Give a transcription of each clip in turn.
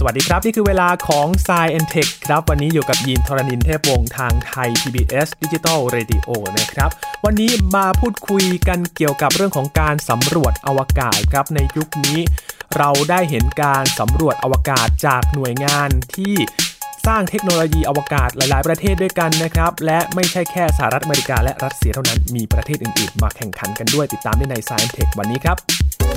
วัสดีครับนี่คือเวลาของ Science and Tech ครับวันนี้อยู่กับยีนทรณินเทพวงศ์ทางไทย PBS Digital Radio นะครับวันนี้มาพูดคุยกันเกี่ยวกับเรื่องของการสำรวจอวกาศครับในยุคนี้เราได้เห็นการสำรวจอวกาศจากหน่วยงานที่สร้างเทคโนโลยีอวกาศหลายๆประเทศด้วยกันนะครับและไม่ใช่แค่สหรัฐอเมริกาและรัสเซียเท่านั้นมีประเทศอื่นๆมาแข่งขันกันด้วยติดตามได้ใน Science Tech วันนี้ครับ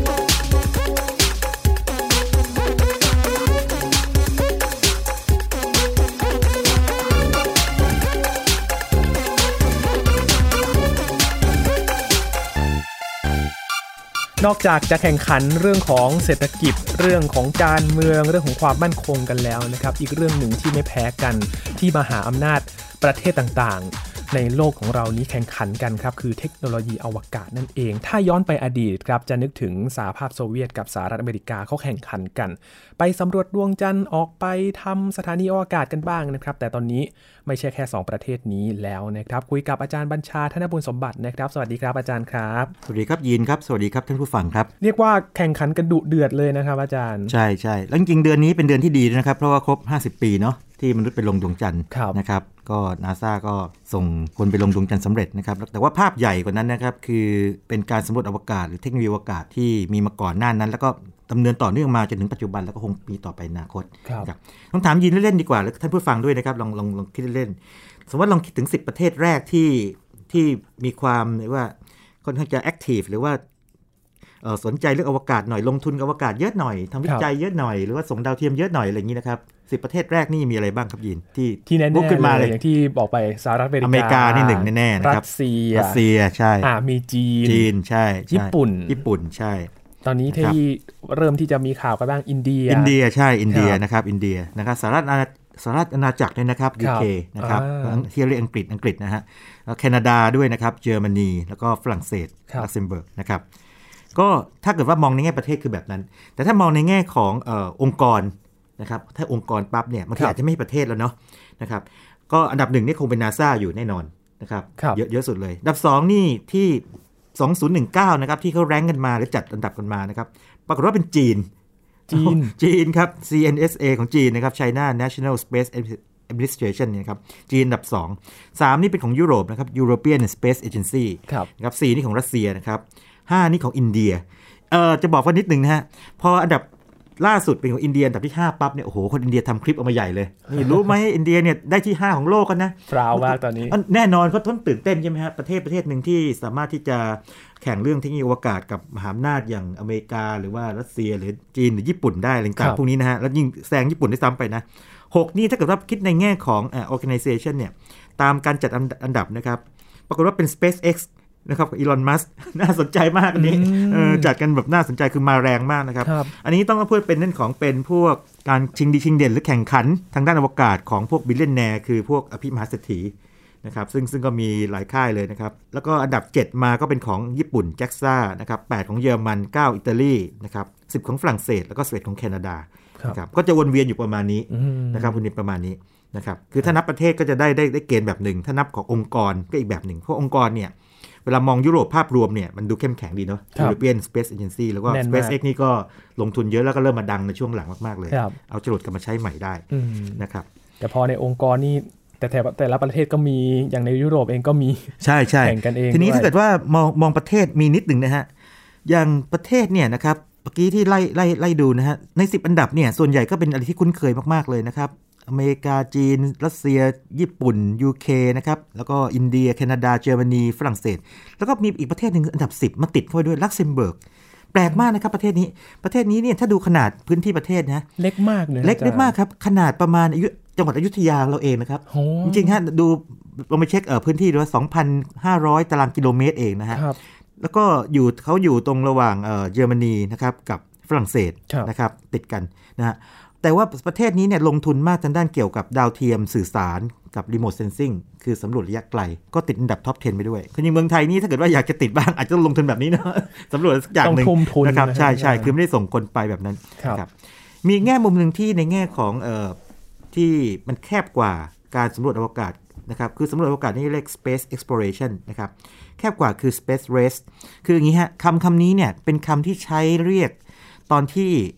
นอกจากจะแข่งขันเรื่องของเศรษฐกิจเรื่องของการเมืองเรื่องของความมั่นคงกันแล้วนะครับอีกเรื่องหนึ่งที่ไม่แพ้กันที่มหาอำนาจประเทศต่างๆในโลกของเรานี้แข่งขันกันครับคือเทคโนโลยีอวกาศนั่นเองถ้าย้อนไปอดีตครับจะนึกถึงสหภาพโซเวียตกับสหรัฐอเมริกาเขาแข่งขันกันไปสำรวจดวงจันทร์ออกไปทำสถานีอวกาศกันบ้างนะครับแต่ตอนนี้ไม่ใช่แค่2ประเทศนี้แล้วนะครับคุยกับอาจารย์บัญชาธนบุญสมบัตินะครับสวัสดีครับอาจารย์ครับสวัสดีครับยีนครับสวัสดีครับท่านผู้ฟังครับเรียกว่าแข่งขันกันดุเดือดเลยนะครับอาจารย์ใช่ๆแล้วจริงๆเดือนนี้เป็นเดือนที่ดีนะครับเพราะว่าครบ50ปีเนาะที่มนุษย์ไปลงดวงจันทร์นะครับก็ NASA ก็ส่งคนไปลงดวงจันทร์สำเร็จนะครับแต่ว่าภาพใหญ่กว่านั้นนะครับคือเป็นการสำรวจอวกาศหรือเทคโนโลยีอวกาศที่มีมาก่อนหน้านั้นแล้วก็ดำเนินต่อเนื่องมาจนถึงปัจจุบันแล้วก็คงมีต่อไปในอนาคตครับต้องถามยีนเล่นๆดีกว่าแล้วท่านผู้ฟังด้วยนะครับลองคิดเล่นๆสมมติลองคิดถึง10ประเทศแรกที่มีความว่าค่อนข้างจะแอคทีฟหรือว่าสนใจเรื่องอวกาศหน่อยลงทุนกับอวกาศเยอะหน่อยทำวิจัยเยอะหน่อยหรือว่าส่งดาวเทียมเยอะหน่อยอะไรอย่างนี้นะครับ10ประเทศแรกนี่มีอะไรบ้างครับยินที่แน่ๆเลยอย่างที่บอกไปสหรัฐอเมริกานี่หนึ่งแน่ๆนะครับรัสเซียใช่มีจีนใช่ญี่ปุ่นใช่ตอนนี้ที่เริ่มที่จะมีข่าวกันบ้างอินเดียใช่อินเดียนะครับอินเดียนะครับสหรัฐอาณาจักรด้วยนะครับ UK นะครับที่เรียกอังกฤษนะฮะแล้วแคนาดาด้วยนะครับเยอรมนีแล้วก็ฝรั่งเศสลักเซมเบิร์กนะครับก็ถ้าเกิดว่ามองในแง่ประเทศคือแบบนั้นแต่ถ้ามองในแง่ขององค์กรนะครับถ้าองค์กรปั๊บเนี่ยมันอาจจะไม่ใช่ประเทศแล้วเนาะนะครับก็อันดับ1นี่คงเป็น NASA อยู่แน่นอนนะครับเยอะสุดเลยอันดับ2นี่ที่2019นะครับที่เขาแรงกันมาหรือจัดอันดับกันมานะครับปรากฏว่าเป็นจีนครับ CNSA ของจีนนะครับ China National Space Administration เนี่ยครับจีนอันดับ2 3นี่เป็นของยุโรปนะครับ European Space Agency นะครับ4นี่ของรัสเซียนะครับ5นี่ของอินเดียจะบอกว่านิดนึงนะฮะพออันดับล่าสุดเป็นของอินเดียอันดับที่5ปั๊บเนี่ยโอ้โหคนอินเดียทำคลิปออกมาใหญ่เลยนี่รู้ไหมอินเดียเนี่ยได้ที่5ของโลกกันนะพราวมากตอนนี้แน่นอนเขาตื่นเต้นใช่ไหมฮะประเทศหนึ่งที่สามารถที่จะแข่งเรื่องเทคโนโลยีอวกาศกับมหาอำนาจอย่างอเมริกาหรือว่ารัสเซียหรือจีนหรือญี่ปุ่นได้อะไรต่างๆพวกนี้นะฮะแล้วยิ่งแซงญี่ปุ่นได้ซ้ำไปนะ6นี่ถ้าเกิดว่าคิดในแง่ของorganization เนี่ยตามการจัดอันดับนะครับปรากฏว่าเป็น SpaceXนะครับอีลอนมัสก์น่าสนใจมากอันนี้จัดกันแบบน่าสนใจคือมาแรงมากนะครับอันนี้ต้องพูดเป็นเรื่องของเป็นพวกการชิงดีชิงเด่นหรือแข่งขันทางด้านอวกาศของพวกบิลเลียนแนร์คือพวกอภิมหาเศรษฐีนะครับซึ่งก็มีหลายค่ายเลยนะครับแล้วก็อันดับ7มาก็เป็นของญี่ปุ่นแจ็กซ่านะครับ8ของเยอรมัน9อิตาลีนะครับ10ของฝรั่งเศสแล้วก็11ของแคนาดานะครับก็จะวนเวียนอยู่ประมาณนี้นะครับคุณนิประมาณนี้นะครับคือถ้านับประเทศก็จะได้เกณฑ์แบบหนึ่งถ้านับขององค์กรก็อีกแบบหนึ่งเพราะองค์กรเนี่ยเวลามองยุโรปภาพรวมเนี่ยมันดูเข้มแข็งดีเนาะ European Space Agency แล้วก็ SpaceX นี่ก็ลงทุนเยอะแล้วก็เริ่มมาดังในช่วงหลังมากๆเลยเอาจรวดกลับมาใช้ใหม่ได้นะครับแต่พอในองค์กรนี่แต่ละประเทศก็มีอย่างในยุโรปเองก็มีใช่แข่งกันเองทีนี้ถ้าเกิดว่ามองประเทศมีนิดหนึ่งนะฮะอย่างประเทศเนี่ยนะครับเมื่อกี้ที่ไล่ดูนะฮะใน10อันดับเนี่ยส่วนใหญ่ก็เป็นอะไรที่คุ้นเคยมากๆเลยนะครับอเมริกาจีนรัสเซียญี่ปุ่น UK นะครับแล้วก็อินเดียแคนาดาเยอรมนีฝรั่งเศสแล้วก็มีอีกประเทศนึงอันดับ10มาติดเข้าไปด้วยลักเซมเบิร์กแปลกมากนะครับประเทศนี้เนี่ยถ้าดูขนาดพื้นที่ประเทศนะเล็กมากเลยเล็กมากครับขนาดประมาณจังหวัดอยุธยาเราเองนะครับจริงๆฮะดูเราไปเช็คพื้นที่ดูว่า 2,500 ตารางกิโลเมตรเองนะฮะแล้วก็เขาอยู่ตรงระหว่างเยอรมนีนะครับกับฝรั่งเศสนะครับติดกันนะฮะแต่ว่าประเทศนี้เนี่ยลงทุนมากทางด้านเกี่ยวกับดาวเทียมสื่อสารกับรีโมทเซนซิงคือสำรวจระยะไกลก็ติดอันดับท็อป 10 ไปด้วยคือในเมืองไทยนี่ถ้าเกิดว่าอยากจะติดบ้างอาจจะต้องลงทุนแบบนี้นะสำรวจสักอย่างนึงนะครับใช่คือไม่ได้ส่งคนไปแบบนั้นครับมีแง่มุมนึงที่ในแง่ของที่มันแคบกว่าการสำรวจอวกาศนะครับคือสำรวจอวกาศนี่เรียก space exploration นะครับแคบกว่าคือ space race คืออย่างนี้ฮะคำนี้เนี่ยเป็นคำที่ใช้เรียกตอนที่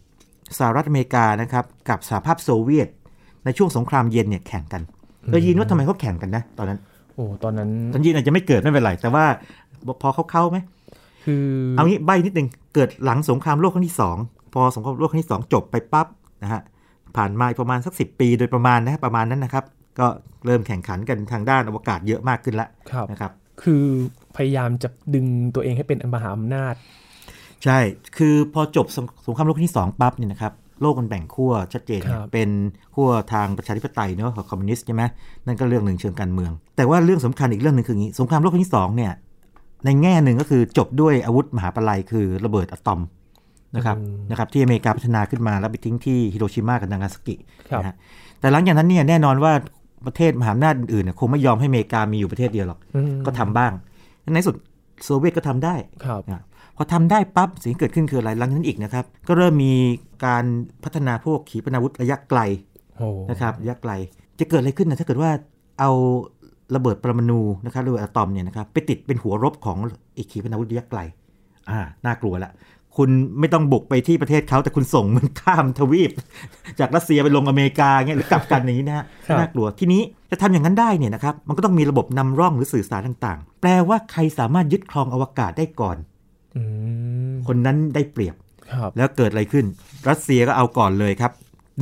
สหรัฐอเมริกานะครับกับสหภาพโซเวียตในช่วงสงครามเย็นเนี่ยแข่งกันเรายินว่าทำไมเขาแข่งกันนะตอนนั้นตอนนั้นยินอาจจะไม่เกิดไม่เป็นไรแต่ว่าพอเข้าไหมคือเอางี้ใบนิดนึงเกิดหลังสงครามโลกครั้งที่2พอสงครามโลกครั้งที่2จบไปปั๊บนะฮะผ่านมาประมาณสัก10 ปีโดยประมาณนะประมาณนั้นนะครับก็เริ่มแข่งขันกันทางด้านอวกาศเยอะมากขึ้นแล้วนะครับคือพยายามจะดึงตัวเองให้เป็นมหาอำนาจใช่คือพอจบสงครามโลกครั้งที่2ปั๊บเนี่ยนะครับโลกมันแบ่งขั้วชัดเจนเป็นขั้วทางประชาธิปไตยเนาะของคอมมิวนิสต์ใช่ไหมนั่นก็เรื่องหนึ่งเชิงการเมืองแต่ว่าเรื่องสำคัญอีกเรื่องนึงคืออย่างนี้สงครามโลกครั้งที่2เนี่ยในแง่หนึ่งก็คือจบด้วยอาวุธมหาปลัยคือระเบิดอะตอมนะครับที่อเมริกาพัฒนาขึ้นมาแล้วไปทิ้งที่ฮิโรชิมากับนางาซากินะฮะแต่หลังจากนั้นเนี่ยแน่นอนว่าประเทศมหาอำนาจอื่นๆคงไม่ยอมให้อเมริกามีอยู่ประเทศเดียวหรอกก็ทำบ้างในสุดโซเวียตก็ทำได้พอทำได้ปั๊บสิ่งที่เกิดขึ้นคืออะไรหลังจากนั้นอีกนะครับก็เริ่มมีการพัฒนาพวกขีปนาวุธระยะไกลนะครับระยะไกลจะเกิดอะไรขึ้นนะถ้าเกิดว่าเอาระเบิดปรมาณูนะครับหรืออะตอมเนี่ยนะครับไปติดเป็นหัวรบของอีกขีปนาวุธระยะไกลน่ากลัวละคุณไม่ต้องบุกไปที่ประเทศเขาแต่คุณส่งมันข้ามทวีปจากรัสเซียไปลงอเมริกาเงี้ยหรือกลับกันอย่างนี้นะฮะน่ากลัวทีนี้จะทำอย่างนั้นได้เนี่ยนะครับมันก็ต้องมีระบบนำร่องหรือสื่อสารต่างๆแปลว่าใครสามารถยึดครองอวกาศได้ก่อนคนนั้นได้เปรียบแล้วเกิดอะไรขึ้นรัสเซียก็เอาก่อนเลยครับ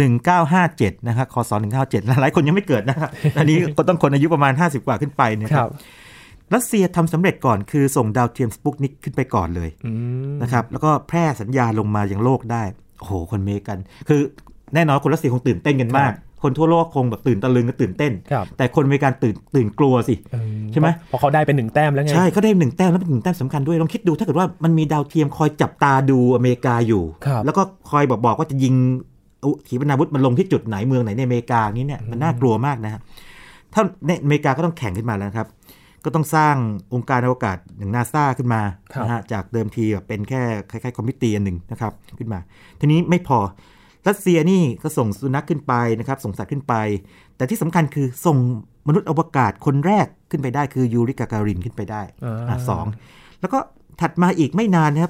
1957นะครับคศ1957หลายคนยังไม่เกิดนะครับอันนี้ก็ต้องคนอายุประมาณ50กว่าขึ้นไปนะครับรัสเซียทำสำเร็จก่อนคือส่งดาวเทียมสปุตนิกขึ้นไปก่อนเลยนะครับแล้วก็แพร่สัญญาณลงมายังโลกได้โอ้โหคนเมกันคือแน่นอนคนรัสเซียคงตื่นเต้นกันมากคนทั่วโลกคงแบบตื่นตะลึงก็ตื่นเต้นแต่คนอเมริกันตื่นกลัวสิใช่ไหมเพราะเขาได้เป็น1แต้มแล้วไงใช่เขาได้1แต้มแล้วเป็น1แต้มสำคัญด้วยลองคิดดูถ้าเกิดว่ามันมีดาวเทียมคอยจับตาดูอเมริกาอยู่แล้วก็คอยบอกว่าจะยิงขีปนาวุธมันลงที่จุดไหนเมืองไหนในอเมริกานี้เนี่ยมันน่ากลัวมากนะฮะถ้าในอเมริกาก็ต้องแข่งขึ้นมาแล้วครับก็ต้องสร้างองค์การอวกาศอย่างนาซาขึ้นมานะฮะจากเดิมทีแบบเป็นแค่คล้ายๆคอมมิตี้อันหนึ่งนะครับขึ้นมาทีนี้ไม่พอรัสเซียนี่ก็ส่งสุนัขขึ้นไปนะครับส่งสัตว์ขึ้นไปแต่ที่สำคัญคือส่งมนุษย์อวกาศคนแรกขึ้นไปได้คือยูริกาการินขึ้นไปได้2แล้วก็ถัดมาอีกไม่นานนะครับ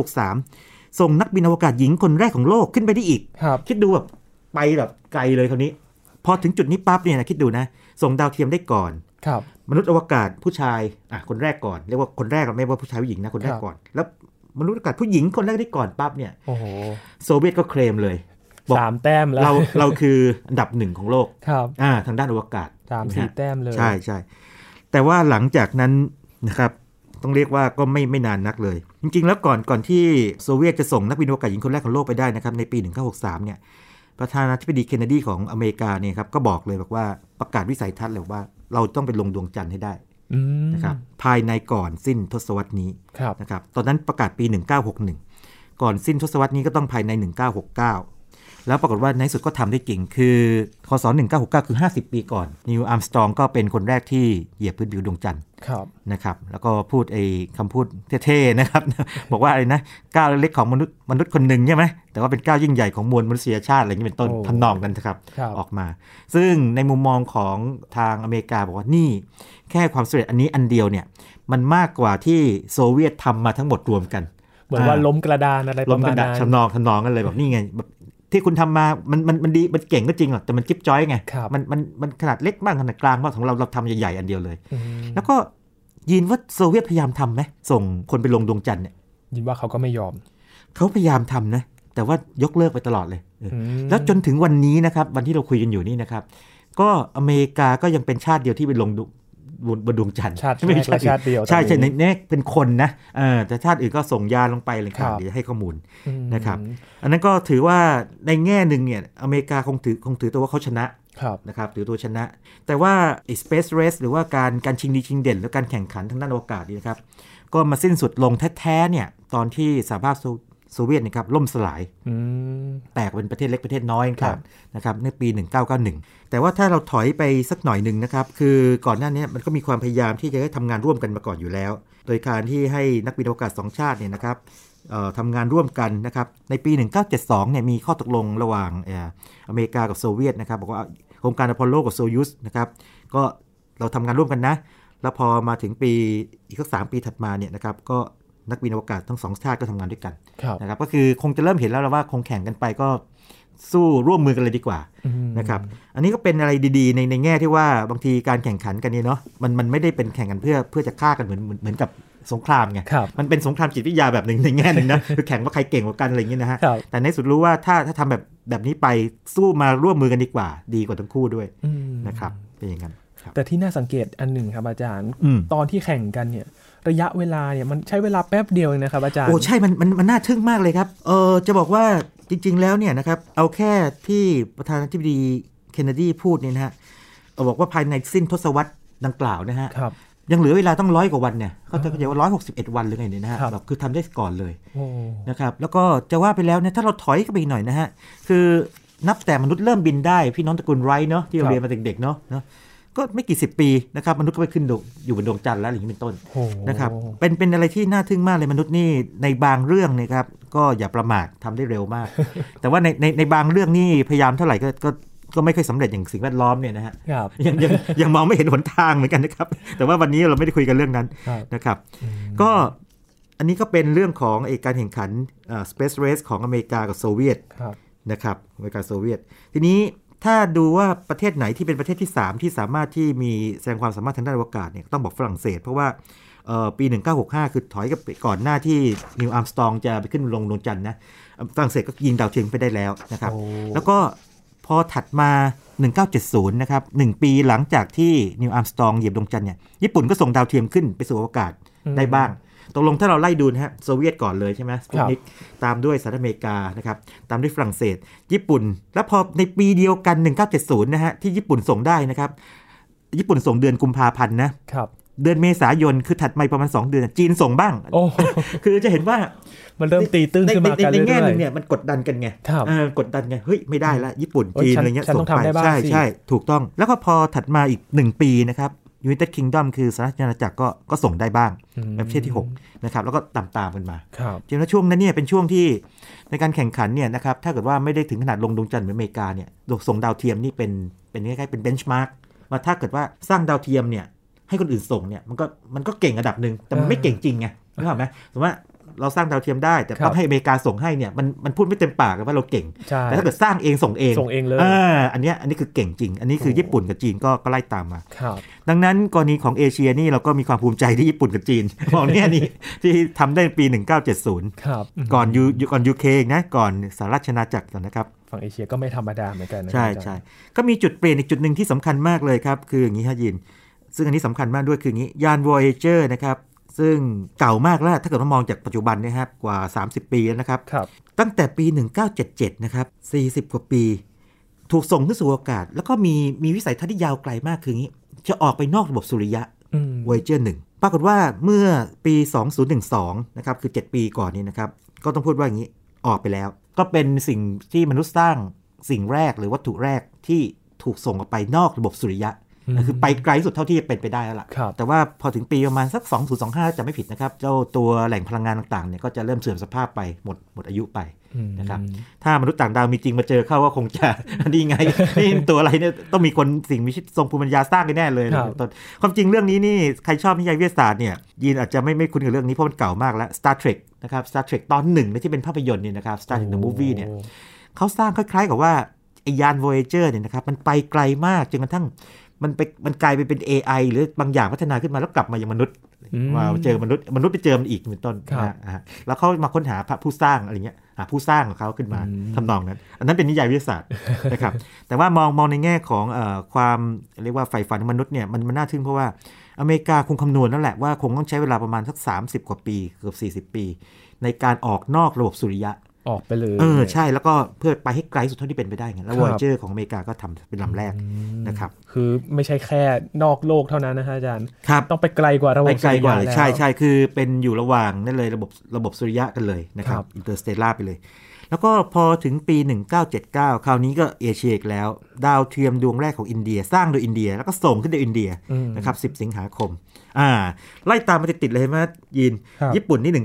1963ส่งนักบินอวกาศหญิงคนแรกของโลกขึ้นไปได้อีกคิดดูแบบไปแบบไกลเลยคราวนี้พอถึงจุดนี้ปั๊บเนี่ยนะคิดดูนะส่งดาวเทียมได้ก่อนมนุษย์อวกาศผู้ชายคนแรกก่อนเรียกว่าคนแรกไม่ว่าผู้ชายผู้หญิงนะคนแรกก่อนแล้วมนุษย์อวกาศผู้หญิงคนแรกได้ก่อนปั๊บเนี่ยโซเวียตก็เคลมเลย 3 แต้มแล้วเราคืออันดับ1ของโลกทางด้านอวกาศ 3-4 แต้มเลยใช่แต่ว่าหลังจากนั้นนะครับต้องเรียกว่าก็ไม่นานนักเลยจริงๆแล้วก่อนที่โซเวียตจะส่งนักบินอวกาศหญิงคนแรกของโลกไปได้นะครับในปี1963เนี่ยประธานาธิบดีเคนเนดีของอเมริกาเนี่ยครับก็บอกเลยบอกว่าประกาศวิสัยทัศน์เลยว่าเราต้องไปลงดวงจันทร์ให้ได้นะครับภายในก่อนสิ้นทศวรรษนี้นะครับตอนนั้นประกาศปี1961ก่อนสิ้นทศวรรษนี้ก็ต้องภายใน1969แล้วปรากฏว่าในสุดก็ทำได้จริงคือคศ1969คือ50 ปีก่อนนิวอาร์มสตรองก็เป็นคนแรกที่เหยียบพื้นผิวดวงจันทร์นะครับแล้วก็พูดคำพูดเท่ๆนะครับ บอกว่าอะไรนะก้าวเล็กๆของมนุษย์คนหนึ่งใช่ไหมแต่ว่าเป็นก้าวยิ่งใหญ่ของมวลมนุษยชาติอะไรอย่างนี้เป็นต้นทำนองนั้นนะครับออกมาซึ่งในมุมมองของทางอเมริกาบอกว่านี่แค่ความสำเร็จอันนี้อันเดียวเนี่ยมันมากกว่าที่โซเวียตทำมาทั้งหมดรวมกันเหมือนว่าล้มกระดานอะไรประมาณนั้นทำนองกันเลยแบบนี่ไงที่คุณทำมามันดีมันเก่งก็จริงหรอกแต่มันจิ๊บจ้อยไงมันขนาดเล็กบ้างขนาดกลางบ้างของเราทำใหญ่ๆอันเดียวเลยแล้วก็ยินว่าโซเวียตพยายามทำไหมส่งคนไปลงดวงจันทร์เนี่ยยินว่าเขาก็ไม่ยอมเขาพยายามทำนะแต่ว่ายกเลิกไปตลอดเลยแล้วจนถึงวันนี้นะครับวันที่เราคุยกันอยู่นี่นะครับก็อเมริกาก็ยังเป็นชาติเดียวที่ไปลงบนดวงจันทร์ไม่ใช่ชาติเดียวใช่ในเป็นคนนะแต่ชาติอื่นก็ส่งยาลงไปอะไรต่างๆเดี๋ยวให้ข้อมูลนะครับอันนั้นก็ถือว่าในแง่หนึ่งเนี่ยอเมริกาคงถือตัวว่าเขาชนะนะครับถือตัวชนะแต่ว่าspace race หรือว่าการชิงดีชิงเด่นและการแข่งขันทางด้านอวกาศนี่นะครับก็มาสิ้นสุดลงแท้ๆเนี่ยตอนที่สหภาพโซเวียตนะครับล่มสลายแตกเป็นประเทศเล็กประเทศน้อยกันนะครับในปี1991แต่ว่าถ้าเราถอยไปสักหน่อยหนึ่งนะครับคือก่อนหน้านี้มันก็มีความพยายามที่จะทำงานร่วมกันมาก่อนอยู่แล้วโดยการที่ให้นักบินอวกาศ2ชาติเนี่ยนะครับทำงานร่วมกันนะครับในปี1972เนี่ยมีข้อตกลงระหว่างอเมริกากับโซเวียตนะครับบอกว่าโครงการอพอลโลกับโซยูสนะครับก็เราทำงานร่วมกันนะแล้วพอมาถึงปีอีกสัก3 ปีถัดมาเนี่ยนะครับก็นักบินอวกาศทั้ง2ชาติก็ทำงานด้วยกันนะครับก็คือคงจะเริ่มเห็นแล้วว่าคงแข่งกันไปก็สู้ร่วมมือกันเลยดีกว่านะครับอันนี้ก็เป็นอะไรดีๆในแง่ที่ว่าบางทีการแข่งขันกันนี่เนาะมันไม่ได้เป็นแข่งกันเพื่อจะฆ่ากันเหมือนกับสงครามไงมันเป็นสงครามจิตวิทยาแบบหนึ่งในแง่หนึ่งนะ คือแข่งว่าใครเก่งกว่ากันอะไรอย่างเงี้ยนะฮะแต่ในสุดรู้ว่าถ้าทำแบบนี้ไปสู้มาร่วมมือกันดีกว่าทั้งคู่ด้วยนะครับเป็นอย่างนั้นแต่ที่น่าสังเกตอันหนึ่งครับอาจารย์ตอนที่แข่งกันเนี่ยระยะเวลาเนี่ยมันใช้เวลาแป๊บเดียวเองนะครับอาจารย์โอ้ใช่มันน่าทึ่งมากเลยครับจะบอกว่าจริงๆแล้วเนี่ยนะครับเอาแค่ที่ประธานาธิบดีเคนเนดีพูดเนี่ยนะฮะบอกว่าภายในสิ้นทศวรรษดังกล่าวนะฮะยังเหลือเวลาต้อง100 กว่าวันเนี่ยเขาจะเข้าใจว่า161 วันหรือไงเนี่ยนะฮะแบบคือทำได้ก่อนเลยนะครับแล้วก็จะว่าไปแล้วเนี่ยถ้าเราถอยเข้าไปอีกหน่อยนะฮะคือนับแต่มนุษย์เริ่มบินได้พี่น้องตระกูลไรท์เนาะที่เราเรียนมาเด็กๆเนาะก็ไม่กี่สิบปีนะครับมนุษย์ก็ไปขึ้นอยู่บนดวงจันทร์แล้วอย่างนี้เป็นต้นนะครับเป็นอะไรที่น่าทึ่งมากเลยมนุษย์นี่ในบางเรื่องนะครับก็อย่าประมาททำได้เร็วมาก แต่ว่าในบางเรื่องนี่พยายามเท่าไหร่ก็ไม่ค่อยสำเร็จอย่างสิ่งแวดล้อมเนี่ยนะฮะยังมองไม่เห็นหนทางเหมือนกันนะครับแต่ว่าวันนี้เราไม่ได้คุยกันเรื่องนั้นนะครับก็อันนี้ก็เป็นเรื่องของการแข่งขันSpace Race ของอเมริกากับโซเวียตนะครับอเมริกาโซเวียตทีนี้ถ้าดูว่าประเทศไหนที่เป็นประเทศที่3ที่สามารถที่มีแสดงความสามารถทางด้านอวกาศเนี่ยต้องบอกฝรั่งเศสเพราะว่าปี1965คือถอยกับก่อนหน้าที่นิวอาร์มสตรองจะไปขึ้นลงดวงจันทร์นะฝรั่งเศสก็ยิงดาวเทียมไปได้แล้วนะครับแล้วก็พอถัดมา1970นะครับ1ปีหลังจากที่นิวอาร์มสตรองเหยียบดวงจันทร์เนี่ยญี่ปุ่นก็ส่งดาวเทียมขึ้นไปสู่อวกาศได้บ้างตกลงถ้าเราไล่ดูนะฮะโซเวียตก่อนเลยใช่ไหมสปุตนิกตามด้วยสหรัฐอเมริกานะครับตามด้วยฝรั่งเศสญี่ปุ่นแล้วพอในปีเดียวกัน1970นะฮะที่ญี่ปุ่นส่งได้นะครับญี่ปุ่นส่งเดือนกุมภาพันธ์นะครับเดือนเมษายนคือถัดมาประมาณ2เดือนจีนส่งบ้าง คือจะเห็นว่ามันเริ่มตีตื้นขึ้นมากันเรื่อยๆในแง่นึงเนี่ยมันกดดันกันไงกดดันไงเฮ้ยไม่ได้ละญี่ปุ่นจีนอะไรเงี้ยส่งไปใช่ถูกต้องแล้วก็พอถัดมาอีก1ปีนะครับUnited Kingdom คือสหราชอาณาจักรก็ส่งได้บ้างประเทศที่6นะครับแล้วก็ตามกันมาจริงๆช่วงนั้นเนี่ยเป็นช่วงที่ในการแข่งขันเนี่ยนะครับถ้าเกิดว่าไม่ได้ถึงขนาดลงดวงจันทร์เหมือนอเมริกาเนี่ยส่งดาวเทียมนี่เป็นคล้ายๆเป็นเบนช์มาร์กว่าถ้าเกิดว่าสร้างดาวเทียมเนี่ยให้คนอื่นส่งเนี่ยมันก็เก่งระดับนึงแต่มันไม่เก่งจริงไงรู้ไหมสมมติว่าเราสร้างดาวเทียมได้แต่ต้องให้อเมริกาส่งให้เนี่ยมันพูดไม่เต็มปากว่าเราเก่งแต่ถ้าเกิดสร้างเองส่งเองเลยอันนี้คือเก่งจริงอันนี้คือญี่ปุ่นกับจีนก็ไล่ตามมาดังนั้นกรณีของเอเชียนี่เราก็มีความภูมิใจที่ญี่ปุ่นกับจีนมองเนี่ยนี่ที่ทำได้ปี1970ก่อนUKนะก่อนสหราชอาณาจักรนะครับฝั่งเอเชียก็ไม่ธรรมดาเหมือนกันใช่ก็มีจุดเปลี่ยนอีกจุดนึงที่สำคัญมากเลยครับคืออย่างนี้ฮะยินซึ่งอันนี้สำคัญมากด้วยคืออย่างนี้ยาน Voyager นะครับซึ่งเก่ามากแล้วถ้าเกิดว่ามองจากปัจจุบันนะครับกว่า30ปีแล้วนะครับตั้งแต่ปี1977นะครับ40กว่าปีถูกส่งขึ้นสู่อากาศแล้วก็มีวิสัยทัศน์ที่ยาวไกลมากคืออย่างนี้จะออกไปนอกระบบสุริยะ Voyager 1ปรากฏว่าเมื่อปี2012นะครับคือ7ปีก่อนนี้นะครับก็ต้องพูดว่าอย่างนี้ออกไปแล้วก็เป็นสิ่งที่มนุษย์สร้างสิ่งแรกหรือวัตถุแรกที่ถูกส่งออกไปนอกระบบสุริยะคือไปไกลสุดเท่าที่จะเป็นไปได้แล้วล่ะแต่ว่าพอถึงปีประมาณสัก2025จะไม่ผิดนะครับเจ้าตัวแหล่งพลังงานต่างๆเนี่ยก็จะเริ่มเสื่อมสภาพไปหมดอายุไปนะครับถ้ามนุษย์ต่างดาวมีจริงมาเจอเข้าว่าคงจะดีไงนี่ตัวอะไรเนี่ยต้องมีคนสิ่งมีชีวิตทรงภูมิปัญญาสร้างกันแน่เลยต้นความจริงเรื่องนี้นี่ใครชอบนิยายวิทยาศาสตร์เนี่ยยินอาจจะไม่คุ้นกับเรื่องนี้เพราะมันเก่ามากแล้ว Star Trek นะครับ Star Trek ตอน1ที่เป็นภาพยนตร์เนี่ยนะครับ Star Trek the Movie เนี่ยเขาสร้างคล้ายๆกับว่าไอ้ยาน Voyager เนี่ยนะครับมันไปไกลมากจนกระทั่งมันกลายไปเป็น AI หรือบางอย่างพัฒนาขึ้นมาแล้วกลับมายังมนุษย์ว่าเจอมนุษย์ไปเจอมันอีกเป็นต้นแล้วเขามาค้นหาพระผู้สร้างอะไรเงี้ยหาผู้สร้างของเขาขึ้นมาทำนองนั้นอันนั้นเป็นนิยายวิทยาศาสตร์นะครับแต่ว่ามองในแง่ของความเรียกว่าใฝ่ฝันของมนุษย์เนี่ยมันน่าทึ่งเพราะว่าอเมริกาคงคำนวณนั่นแหละว่าคงต้องใช้เวลาประมาณสัก30กว่าปีเกือบ40ปีในการออกนอกระบบสุริยะออกไปเลยใช่แล้วก็เพื่อไปให้ไกลสุดเท่าที่เป็นไปได้ไงแล้ว Voyager ของอเมริกาก็ทำเป็นลำแรกนะครับคือไม่ใช่แค่นอกโลกเท่านั้นนะฮะอาจารย์ต้องไปไกลกว่าระบบสุริยะแล้วใช่คือเป็นอยู่ระหว่างนั่นเลยระบบสุริยะกันเลยนะครับอินเตอร์สเตลล่าไปเลยแล้วก็พอถึงปี1979คราวนี้ก็เอเชียอีกแล้วดาวเทียมดวงแรกของอินเดียสร้างโดยอินเดียแล้วก็ส่งขึ้นโดยอินเดียนะครับ10สิงหาคมไล่ตามมาติดๆเลยไหมยินญี่ปุ่นนี่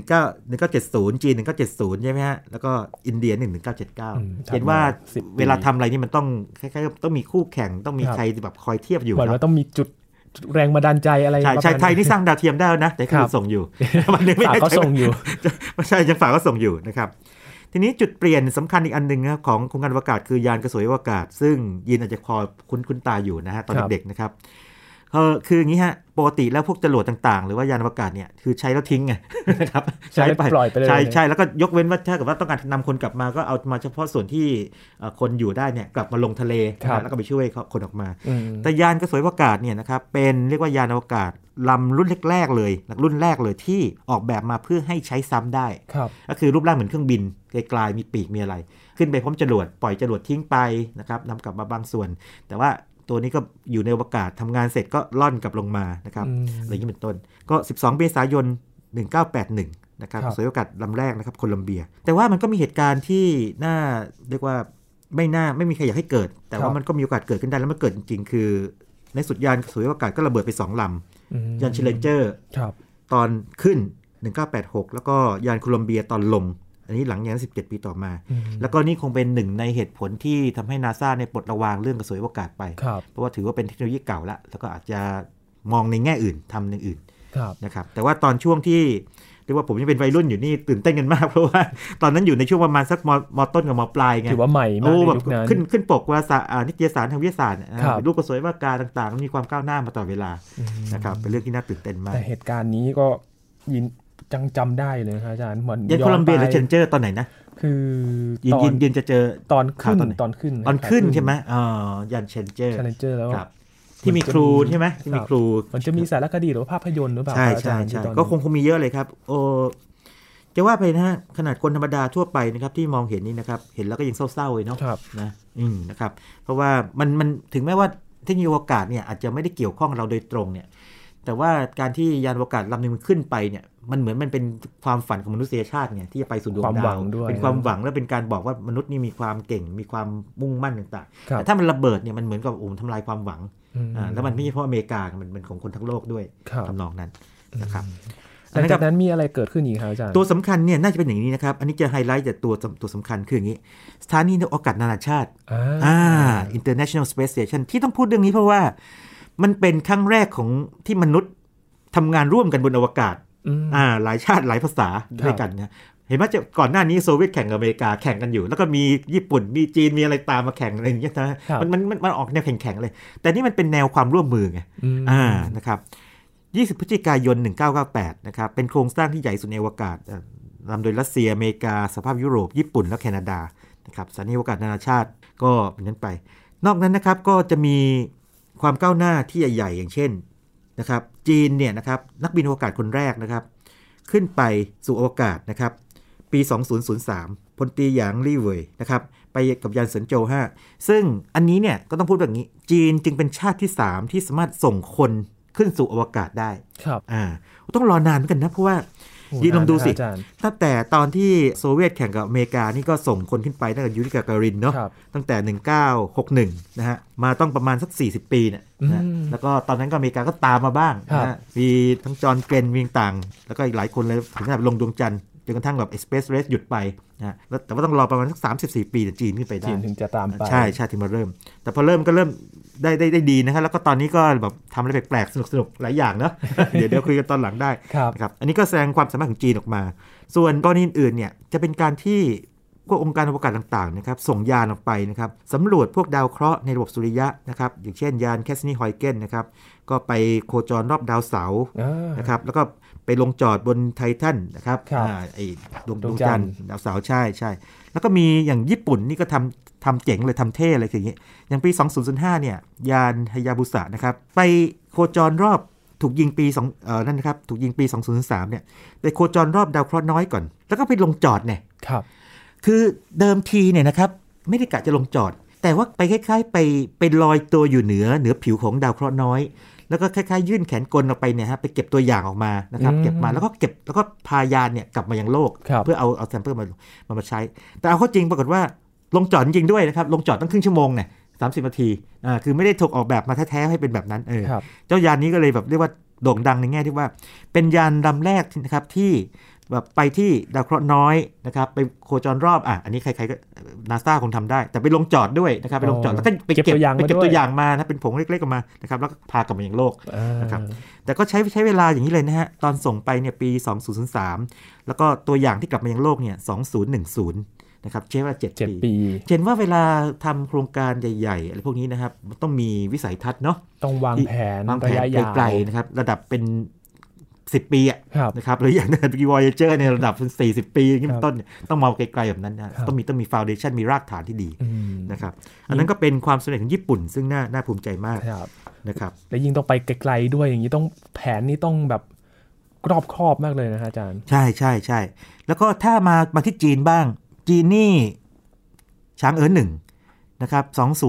1970จีน1970ใช่ไหมฮะแล้วก็อินเดีย1979เห็นว่าเวลาทำอะไรนี่มันต้องคล้ายๆต้องมีคู่แข่งต้องมีใครแบบคอยเทียบอยู่เหมือนว่าต้องมีจุดแรงบันดาลใจอะไรใช่ไทยนี่สร้างดาวเทียมได้นะแต่คือส่งอยู่ฝากก็ส่งอยู่ไม่ใช่ยังฝากก็ส่งอยู่นะครับทีนี้จุดเปลี่ยนสำคัญอีกอันหนึ่งนะครับของโครงการอวกาศคือยานกระสวยอวกาศซึ่งยินอาจจะพอคุ้นตาอยู่นะฮะตอนเด็กๆนะครับคืออย่างนี้ฮะปกติแล้วพวกจรวดต่างๆหรือว่ายานอวกาศเนี่ยคือใช้แล้วทิ้งไงนะครับใช้ไปปล่อยไปเลยใช่แล้วก็ยกเว้นว่าถ้าเกิดว่าต้องการนำคนกลับมาก็เอามาเฉพาะส่วนที่คนอยู่ได้เนี่ยกลับมาลงทะเลแล้วก็ไปช่วยคนออกมาแต่ยานกระสวยอวกาศเนี่ยนะครับเป็นเรียกว่ายานอวกาศลำรุ่นแรกๆเลยรุ่นแรกเลยที่ออกแบบมาเพื่อให้ใช้ซ้ำได้ก็คือรูปร่างเหมือนเครื่องบินไกลๆมีปีกมีอะไรขึ้นไปพร้อมจรวดปล่อยจรวดทิ้งไปนะครับนำกลับมาบางส่วนแต่ว่าตัวนี้ก็อยู่ในอวกาศทำงานเสร็จก็ล่อนกลับลงมานะครับอะไรอย่างนี้เป็นต้นก็12เมษายน1981นะครับกระสวยอวกาศลำแรกนะครับโคลัมเบียแต่ว่ามันก็มีเหตุการณ์ที่น่าเรียกว่าไม่มีใครอยากให้เกิดแต่ว่ามันก็มีโอกาสเกิดขึ้นได้แล้วมันเกิดจริงๆคือในสุดยานกระสวยอวกาศก็ระเบิดไป2ลำยานเชลเลนเจอร์ตอนขึ้น1986แล้วก็ยานโคลัมเบียตอนลงอันนี้หลังจาก17 ปีต่อมาแล้วก็นี่คงเป็นหนึ่งในเหตุผลที่ทำให้ NASA ในปลดระวางเรื่องกระสวยอวกาศไปเพราะว่าถือว่าเป็นเทคโนโลยีเก่าแล้วก็อาจจะมองในแง่อื่นทำอย่างอื่นนะครับแต่ว่าตอนช่วงที่เรียกว่าผมยังเป็นวัยรุ่นอยู่นี่ตื่นเต้นกันมากเพราะว่าตอนนั้นอยู่ในช่วงประมาณสักม.ต้นกับม.ปลายไงถือว่าใหม่มากในยุคนั้นขึ้นปกวารสารนิตยสารทางวิทยาศาสตร์รูปกระสวยอวกาศต่างๆมีความก้าวหน้ามาตลอดเวลานะครับเป็นเรื่องที่น่าตื่นเต้นมากแต่เหตุการณ์นี้ก็จังจำได้เลยครับอาจารย์เหมือนยานโคลัมเบียหรือเชลเลนเจอร์ตอนไหนนะคือยินจะเจอตอนขึ้นใช่ไหมยานเชลเลนเจอร์แล้วที่มีครูใช่ไหมที่มีครูมันจะมีสารคดีหรือว่าภาพยนตร์หรือเปล่าใช่ก็คงมีเยอะเลยครับจะว่าไปนะฮะขนาดคนธรรมดาทั่วไปนะครับที่มองเห็นนี่นะครับเห็นแล้วก็ยังเศร้าๆเลยเนาะนะนะครับเพราะว่ามันถึงแม้ว่าเทคโนโลยีอวกาศเนี่ยอาจจะไม่ได้เกี่ยวข้องเราโดยตรงเนี่ยแต่ว่าการที่ยานอวกาศลำนึงมันขึ้นไปเนี่ยมันเหมือนมันเป็นความฝันของมนุษยชาติไงที่จะไปสู่ดวงดาวเป็นความหวังและเป็นการบอกว่ามนุษย์นี่มีความเก่งมีความมุ่งมั่นต่างๆแต่ถ้ามันระเบิดเนี่ยมันเหมือนกับทำลายความหวังแล้วมันไม่ใช่เพราะอเมริกามันเป็นของคนทั้งโลกด้วยทำนองนั้นนะครับหลังจากนั้นมีอะไรเกิดขึ้นอีกครับอาจารย์ตัวสำคัญเนี่ยน่าจะเป็นอย่างนี้นะครับอันนี้จะไฮไลท์จากตัวสำคัญคืออย่างนี้สถานีอวกาศนานาชาติInternational Space Station ที่ต้องพูดเรื่องนี้เพราะว่ามันเป็นครั้งแรกของที่มนุษย์ทำงานร่วมกันบนอวกาศหลายชาติหลายภาษาด้วยกันนะเห็นไหมจะก่อนหน้านี้โซเวียตแข่งกับอเมริกาแข่งกันอยู่แล้วก็มีญี่ปุ่นมีจีนมีอะไรตามมาแข่งอะไรอย่างเงี้ยนะมันออกแนวแข่งเลยแต่นี่มันเป็นแนวความร่วมมือไงนะครับ20 พฤศจิกายน 1998นะครับเป็นโครงสร้างที่ใหญ่สุดในอวกาศนำโดยรัสเซียอเมริกาสหภาพยุโรปญี่ปุ่นและแคนาดานะครับสถานีอวกาศนานาชาติก็เป็นนั้นไปนอกนั้นนะครับก็จะมีความก้าวหน้าที่ใหญ่ๆอย่างเช่นนะครับจีนเนี่ยนะครับนักบินอวกาศคนแรกนะครับขึ้นไปสู่อวกาศนะครับปี 2003 พลตรีหยางลี่เว่ยนะครับไปกับยานเซินโจว5ซึ่งอันนี้เนี่ยก็ต้องพูดแบบนี้จีนจึงเป็นชาติที่3ที่สามารถส่งคนขึ้นสู่อวกาศได้ครับต้องรอนานเหมือนกันนะเพราะว่ายินลองดูสิตั้งแต่ตอนที่โซเวียตแข่งกับอเมริกานี่ก็ส่งคนขึ้นไปตั้งแต่ยูริกาการินเนาะตั้งแต่1961นะฮะมาต้องประมาณสัก40 ปีเนี่ยนะแล้วก็ตอนนั้นก็อเมริกาก็ตามมาบ้างนะมีทั้งจอห์นเกรนมีต่างแล้วก็อีกหลายคนเลยถึงขนาดลงดวงจันทร์จนกระทั่งแบบ Space Race หยุดไปนะแต่ว่าต้องรอประมาณสัก34 ปีจีนขึ้นไปได้จีนถึงจะตามไปใช่ถึงมาเริ่มแต่พอเริ่มก็เริ่มได้ดีนะครับแล้วก็ตอนนี้ก็แบบทำอะไรแปลกๆสนุกหลายอย่างเนาะ เดี๋ยวคุยกันตอนหลังได้ครับอันนี้ก็แสดงความสามารถของจีนออกมาส่วนกรณีอื่นเนี่ยจะเป็นการที่พวกองค์การอวกาศต่างๆนะครับส่งยานออกไปนะครับสำรวจพวกดาวเคราะห์ในระบบสุริยะนะครับอย่างเช่นยานแคสซินีฮอยเกนนะครับก็ไปโคจรรอบดาวเสาร์นะครับแล้วก็ไปลงจอดบนไททันนะครับไอ้ดวงจันทร์ดาวเสาร์ใช่แล้วก็มีอย่างญี่ปุ่นนี่ก็ทำเจ๋งเลยทำเท่อะไรอย่างเงี้ยอย่างปี 2005 เนี่ยยานฮายาบุสะนะครับไปโคจรรอบถูกยิงปีนั่นนะครับถูกยิงปี 2003 เนี่ยไปโคจรรอบดาวเคราะห์น้อยก่อนแล้วก็ไปลงจอดเนี่ยคือเดิมทีเนี่ยนะครับไม่ได้กะจะลงจอดแต่ว่าไปคล้ายๆไปลอยตัวอยู่เหนือผิวของดาวเคราะห์น้อยแล้วก็คล้ายๆยื่นแขนกลออกไปเนี่ยฮะไปเก็บตัวอย่างออกมานะครับเก็บมาแล้วก็พายานเนี่ยกลับมายังโลกเพื่อเอาแซมเปิลมาใช้แต่เอาเข้าจริงปรากฏว่าลงจอดจริงด้วยนะครับลงจอดตั้งครึ่งชั่วโมงเนี่ย30 นาทีคือไม่ได้ถูกออกแบบมาแท้ๆให้เป็นแบบนั้นเจ้ายานนี้ก็เลยแบบเรียกว่าโด่งดังในแง่ที่ว่าเป็นยานลำแรกนะครับที่แบบไปที่ดาวเคราะห์น้อยนะครับไปโคจรรอบอันนี้ใครๆก็ NASA คงทำได้แต่ไปลงจอดด้วยนะครับไปลงจอดแล้วก็ไปเก็บตัวอย่างมานะเป็นผงเล็กๆออกมานะครับแล้วก็พากลับมายังโลกนะครับแต่ก็ใช้เวลาอย่างนี้เลยนะฮะตอนส่งไปเนี่ยปี 2003แล้วก็ตัวอย่างที่กลับมายังโลกเนี่ย2010 นะครับใช้เวลา7 ปีปีเห็นว่าเวลาทำโครงการใหญ่ๆอะไรพวกนี้นะครับมันต้องมีวิสัยทัศน์เนาะต้องวางแผนระยะยาวไกลๆนะครับระดับเป็น10 ปีนะครับหรืออย่างVoyager ในระดับเป็น40 ปีขึ้นต้นต้องมองไกลๆแบบนั้นนะต้องมีฟาวเดชั่นมีรากฐานที่ดีนะครับอันนั้นก็เป็นความสำเร็จของญี่ปุ่นซึ่งน่าภูมิใจมากนะครับและยิ่งต้องไปไกลๆด้วยอย่างนี้ต้องแผนนี้ต้องแบบรอบคอบมากเลยนะอาจารย์ใช่แล้วก็ถ้ามาที่จีนบ้างจีนนี่ช้างเอ๋อ1นะครับ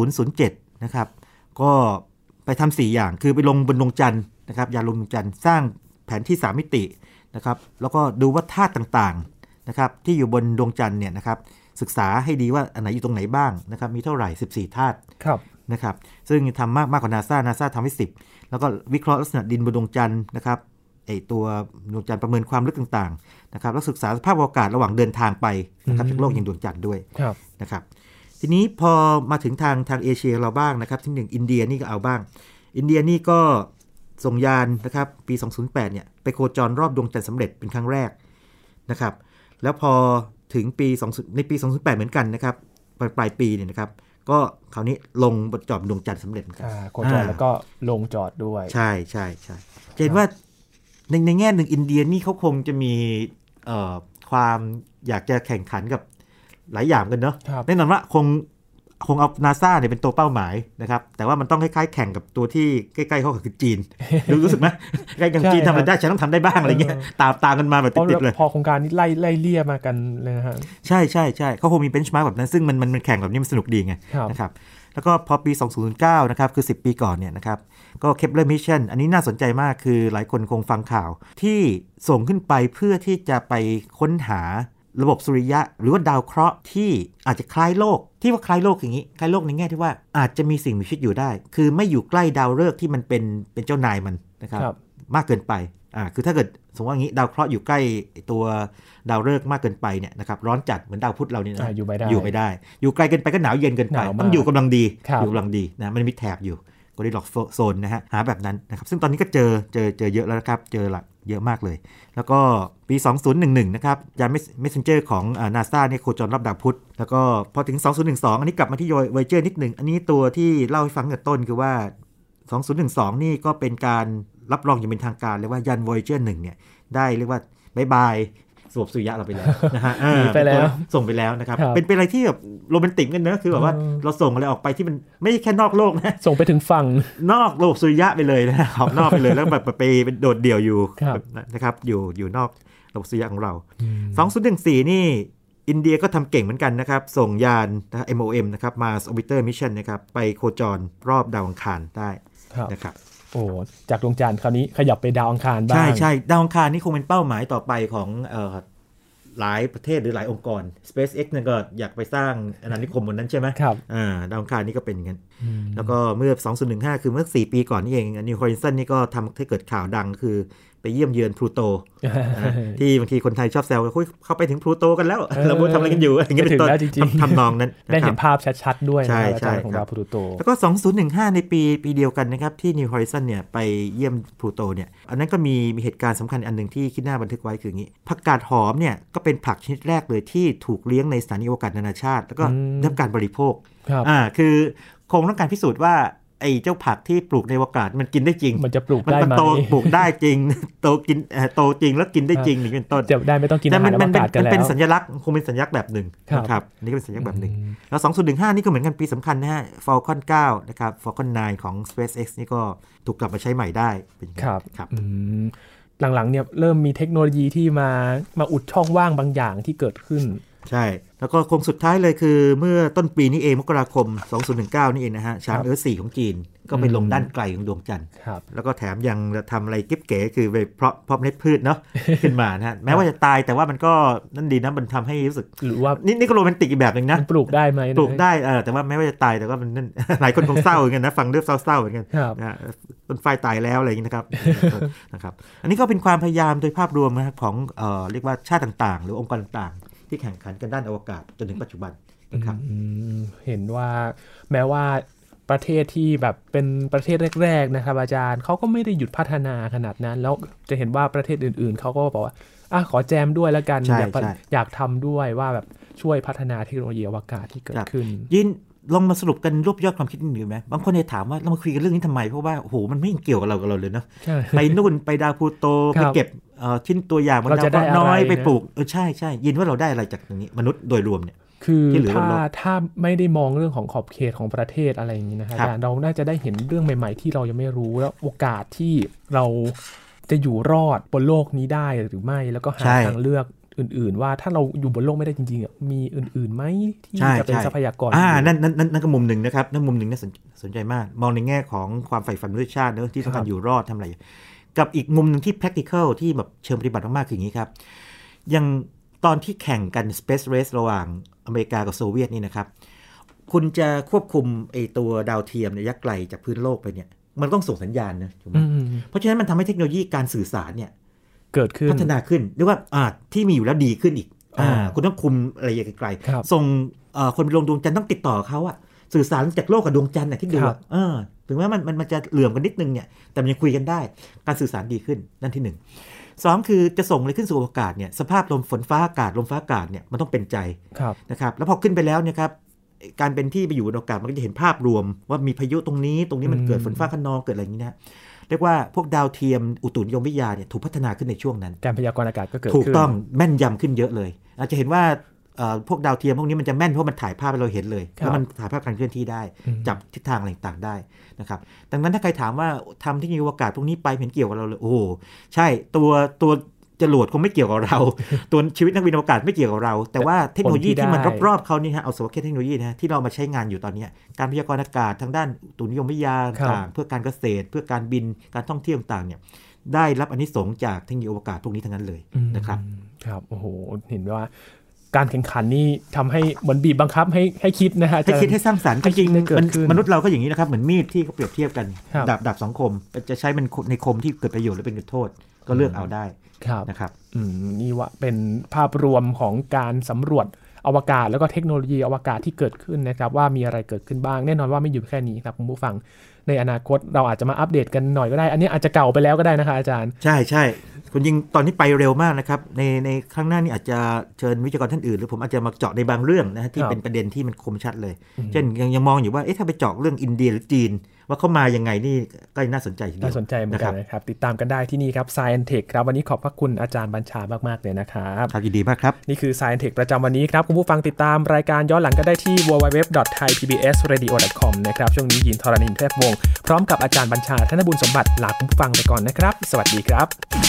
2007นะครับก็ไปทำ4อย่างคือไปลงบนดวงจันทร์นะครับยานลงดวงจันทร์สร้างแผนที่3 มิตินะครับแล้วก็ดูว่าธาตุต่างๆนะครับที่อยู่บนดวงจันทร์เนี่ยนะครับศึกษาให้ดีว่าอันไหนอยู่ตรงไหนบ้างนะครับมีเท่าไหร่14 ธาตุนะครับซึ่งทำมากกว่า NASA ทำให้10แล้วก็วิเคราะห์ลักษณะดินบนดวงจันทร์นะครับไอตัวดวงจันทร์ประเมินความลึกต่างๆนะครับแล้วศึกษาสภาพอากาศระหว่างเดินทางไปนะครับจากโลกยังดวงจันทร์ด้วยนะครับทีนี้พอมาถึงทางเอเชียเราบ้างนะครับที่1อินเดียนี่ก็เอาบ้างอินเดียนี่ก็ส่งยานนะครับปี2008เนี่ยไปโคจรรอบดวงจันทร์สำเร็จเป็นครั้งแรกนะครับแล้วพอถึงในปี2008เหมือนกันนะครับปลายปีเนี่ยนะครับก็คราวนี้ลงจอดดวงจันทร์สำเร็จครับโคจรแล้วก็ลงจอดด้วยใช่เห็นว่าในแง่หนึ่งอินเดียนี่เขาคงจะมีความอยากจะแข่งขันกับหลายอย่างกันเนาะแน่นอนว่าคงเอา NASA เนี่ยเป็นตัวเป้าหมายนะครับแต่ว่ามันต้องคล้ายๆแข่งกับตัวที่ใกล้ๆเขาคือจีนรู้สึกไหมใกล้อย่างจีนทำได้ฉันต้องทำได้บ้างอะไรเงี้ยตามกันมาแบบติดๆเลยพอโครงการนี้ไล่เลี่ยมากันเลยนะฮะใช่เขาคงมีเบนช์มาร์กแบบนั้นซึ่งมันแข่งแบบนี้มันสนุกดีไงนะครับแล้วก็พอปี2009นะครับคือ10 ปีก่อนเนี่ยนะครับก็ Kepler Mission อันนี้น่าสนใจมากคือหลายคนคงฟังข่าวที่ส่งขึ้นไปเพื่อที่จะไปค้นหาระบบสุริยะหรือว่าดาวเคราะห์ที่อาจจะคล้ายโลกที่ว่าคล้ายโลกอย่างนี้คล้ายโลกในแง่ที่ว่าอาจจะมีสิ่งมีชีวิตอยู่ได้คือไม่อยู่ใกล้ดาวฤกษ์ที่มันเป็นเจ้านายมันนะครับมากเกินไปคือถ้าเกิดสมมติว่าอย่างนี้ดาวเคราะห์อยู่ใกล้ตัวดาวฤกษ์มากเกินไปเนี่ยนะครับร้อนจัดเหมือนดาวพุธเรานี่นะอยู่ไม่ได้อยู่ไกลเกินไปก็หนาวเย็นเกินไปต้องอยู่กำลังดีอยู่กำลังดีนะมันมีแถบอยู่ก็ได้ล็อกโซนนะฮะหาแบบนั้นนะครับซึ่งตอนนี้ก็เจอเยอะแล้วนะครับเจอละเยอะมากเลยแล้วก็ปี2011นะครับยาน Messenger ของNASA เนี่ยโคจรรอบดาวพุธแล้วก็พอถึง2012อันนี้กลับมาที่ Voyager นิดนึงอันนี้ตัวที่เล่าให้ฟังแต่ต้นคือว่า2012นี่ก็เป็นการรับรองอย่างเป็นทางการเลยว่ายาน Voyager 1เนี่ยได้เรียกว่าบ๊ายบายสวบสุริยะเราไปแล้วนะฮะไปแล้วส่งไปแล้วนะครับเป็นอะไรที่แบบโรแมนติกกันเนอะคือแบบว่าเราส่งอะไรออกไปที่มันไม่ใช่แค่นอกโลกนะส่งไปถึงฝั่งนอกโลกสุริยะไปเลยนะออกนอกไปเลยแล้วแบบไปเป็นโดดเดี่ยวอยู่นะครับอยู่นอกโลกสุริยะของเรา2014นี่อินเดียก็ทำเก่งเหมือนกันนะครับส่งยาน MOM นะครับ Mars Orbiter Mission นะครับไปโคจรรอบดาวอังคารได้นะครับโอ้จากดวงจันทร์คราวนี้ขยับไปดาวอังคารบ้างใช่ดาวอังคารนี่คงเป็นเป้าหมายต่อไปของหลายประเทศหรือหลายองค์กร SpaceX เนี่ยก็อยากไปสร้างอาณานิคมบนนั้นใช่ไหมครับดาวอังคารนี่ก็เป็นอย่างนั้นแล้วก็เมื่อ2015คือเมื่อ4 ปีก่อนนี่เองNew Horizonsนี่ก็ทำให้เกิดข่าวดังคือไปเยี่ยมเยือนพลูโตที่บางทีคนไทยชอบแซวกันเข้าไปถึงพลูโตกันแล้วเราทำอะไรกันอยู่อย่างเงี้ยเป็นต้นทำนองนั้นได้เห็นภาพชัดๆด้วยนะอาจารย์ของดาวพลูโตแล้วก็2015ในปีเดียวกันนะครับที่ New Horizons เนี่ยไปเยี่ยมพลูโตเนี่ยอันนั้นก็มีเหตุการณ์สำคัญอันนึงที่คิดหน้าบันทึกไว้คืออย่างนี้ผักกาดหอมเนี่ยก็เป็นผักชนิดแรกเลยที่ถูกเลี้ยงในสถานีอวกาศนานาชาติแล้วก็ได้รับการบริโภคคือคงต้องการพิสูจน์ว่าไอ้เจ้าผักที่ปลูกในอวกาศมันกินได้จริงมันจะปลูกได้ไหมปลูกได้จริงโตจริงแล้วกินได้จริงนี่เป็นต้นจะได้ไม่ต้องกินอาหารอวกาศกันแล้วมันเป็นสัญลักษณ์คงเป็นสัญลักษณ์แบบหนึ่งนะครับนี่ก็เป็นสัญลักษณ์แบบหนึ่งแล้ว2015นี่ก็เหมือนกันปีสำคัญนะฮะ Falcon 9นะครับ Falcon 9 ของ SpaceX นี่ก็ถูกกลับมาใช้ใหม่ได้เป็นครับหลังๆเนี่ยเริ่มมีเทคโนโลยีที่มาอุดช่องว่างบางอย่างที่เกิดขึ้นใช่แล้วก็คงสุดท้ายเลยคือเมื่อต้นปีนี้เองมกราคม2019นี่เองนะฮะช้างเอิร์ธ4ของจีนก็ไปลงด้านไกลของดวงจันทร์แล้วก็แถมยังทำอะไรกิ๊บเก๋คือไปเพาะเม็ดพืชเนาะขึ้นมานะฮะแม้ว่าจะตายแต่ว่ามันก็นั่นดีนะมันทำให้รู้สึกหรือว่านี่ก็โรแมนติกอีกแบบนึงนะปลูกได้ไหมปลูกได้แต่ว่าแม้ว่าจะตายแต่ว่ามันนั่นหลายคนคงเศร้าเหมือนกันนะฟังเรื่องเศร้าๆเหมือนกันนะต้นไฟตายแล้วอะไรอย่างนี้นะครับอันนี้ก็เป็นความพยายามโดยภาพรวมนะครับของเรียกว่าชาติต่างๆหรือองค์กรต่างๆที่แข่งขันกันด้านอวกาศจนถึงปัจจุบันนะครับเห็นว่าแม้ว่าประเทศที่แบบเป็นประเทศแรกๆนะครับอาจารย์เขาก็ไม่ได้หยุดพัฒนาขนาดนั้นแล้วจะเห็นว่าประเทศอื่นๆเขาก็บอกว่าขอแจมด้วยแล้วกันอยากทำด้วยว่าแบบช่วยพัฒนาเทคโนโลยีอวกาศที่เกิดขึ้นยินลองมาสรุปกันรวบยอดความคิดนิดนึงไหมบางคนเนี่ยถามว่าเรามาคุยกันเรื่องนี้ทำไมเพราะว่าโอ้โหมันไม่เกี่ยวกับเราเลยเนาะไปนู่นไปดาวพลูโตไปเก็บชิ้นตัวอย่างบนดาวน้อยไปปลูกใช่ยินว่าเราได้อะไรจากตรงนี้มนุษย์โดยรวมเนี่ยคือถ้าไม่ได้มองเรื่องของขอบเขตของประเทศอะไรอย่างนี้นะครับอาจารย์เราน่าจะได้เห็นเรื่องใหม่ๆที่เรายังไม่รู้แล้วโอกาสที่เราจะอยู่รอดบนโลกนี้ได้หรือไม่แล้วก็หาทางเลือกอื่นๆว่าถ้าเราอยู่บนโลกไม่ได้จริงๆมีอื่นๆไหมที่จะเป็นทรัพยากรนั่นก็มุมหนึ่งนะครับนั่นมุมหนึ่งน่าสนใจมากมองในแง่ของความใฝ่ฝันมนุษยชาติเนอะที่ต้องการอยู่รอดทำอะไรกับอีกมุมหนึ่งที่ practical ที่แบบเชิงปฏิบัติมากๆคืออย่างนี้ครับยังตอนที่แข่งกัน space race ระหว่างอเมริกากับโซเวียตนี่นะครับคุณจะควบคุมไอ้ตัวดาวเทียมระยะไกลจากพื้นโลกไปเนี่ยมันต้องส่งสัญญาณนะถูกไหมเพราะฉะนั้นมันทำให้เทคโนโลยีการสื่อสารเนี่ยเกิดขึ้นพัฒนาขึ้นเรียกว่าที่มีอยู่แล้วดีขึ้นอีกคุณต้องคุมอะไรอย่างไกลๆส่งคนไปลงดวงจันทร์ต้องติดต่อเขาอะสื่อสารจากโลกกับดวงจันทร์ที่ดูถึงแม้มันจะเหลื่อมกันนิดนึงเนี่ยแต่มันยังคุยกันได้การสื่อสารดีขึ้นนั่นที่1 2คือจะส่งอะไรขึ้นสู่อวกาศเนี่ยสภาพลมฝนฟ้าอากาศลมฟ้าอากาศเนี่ยมันต้องเป็นใจนะครับแล้วพอขึ้นไปแล้วเนี่ยครับการเป็นที่ไปอยู่บนอวกาศมันก็จะเห็นภาพรวมว่ามีพายุตรงนี้มันเกิดฝนฟ้าคะนองเกิดอะไรอย่างนี้นะเรียกว่าพวกดาวเทียมอุตุนิยมวิทยาเนี่ยถูกพัฒนาขึ้นในช่วงนั้นการพยากรณ์อากาศก็เกิดขึ้นถูกต้องแม่นยำขึ้นเยอะเลยอาจจะเห็นว่าพวกดาวเทียมพวกนี้มันจะแม่นเพราะมันถ่ายภาพให้เราเห็นเลยแล้วมันถ่ายภาพการเคลื่อนที่ได้จับทิศทางอะไรต่างๆได้นะครับดังนั้นถ้าใครถามว่าทำเทคโนโลยีอวกาศพวกนี้ไปเห็นเกี่ยวกับเราเลยโอ้ใช่ตัวจรวดคงไม่เกี่ยวกับเราตัวชีวิตนักบินอวกาศไม่เกี่ยวกับเราแต่ว่าเทคโนโลยีที่มันรอบๆเขานี่ฮะเอาสมมติเทคโนโลยีนะที่เรามาใช้งานอยู่ตอนนี้การพยากรณ์อากาศทางด้านอุตุนิยมวิทยาต่างเพื่อการเกษตรเพื่อการบินการท่องเที่ยวต่างเนี่ยได้รับอานิสงส์จากเทคโนโลยีอวกาศพวกนี้ทั้งนั้นเลยนะครับครับโอ้โหเห็นว่าการแข่งขันนี่ทำให้เหมือนบีบบังคับให้คิดนะฮะให้คิดให้สร้างสรรค์จริงๆมนุษย์เราก็อย่างนี้นะครับเหมือนมีดที่เขาเปรียบเทียบกันดาบสองคมจะใช้มันในคมที่เกิดประโยชน์หรือเป็นโทษก็เลือกเอาได้นะครับนี่ว่าเป็นภาพรวมของการสำรวจอวกาศแล้วก็เทคโนโลยีอวกาศที่เกิดขึ้นนะครับว่ามีอะไรเกิดขึ้นบ้างแน่นอนว่าไม่อยู่แค่นี้ครับคุณผู้ฟังในอนาคตเราอาจจะมาอัปเดตกันหน่อยก็ได้อันนี้อาจจะเก่าไปแล้วก็ได้นะคะอาจารย์ใช่คุณยิงตอนนี้ไปเร็วมากนะครับในครั้งหน้านี้อาจจะเชิญวิทยากรท่านอื่นหรือผมอาจจะมาเจาะในบางเรื่องนะฮะที่เป็นประเด็นที่มันคมชัดเลยเช่นยังมองอยู่ว่าถ้าไปเจาะเรื่องอินเดียหรือจีนว่าเขามายังไงนี่ก็น่าสนใจทีเดียวน่าสนใจเหมือนกันนะครับติดตามกันได้ที่นี่ครับ Science Tech ครับวันนี้ขอบพระคุณอาจารย์บัญชามากๆเลยนะครับครับยินดีมากครับนี่คือ Science Tech ประจำวันนี้ครับคุณผู้ฟังติดตามรายการย้อนหลังก็ได้ที่ www.thaipbsradio.com นะครับช่วงนี้ยินทรณินเทพวงศ์พร้อมกับอาจารย์บัญชาธนบุญสมบัติลาคุณผู้ฟังไปก่อนนะครับสวัสดีครับ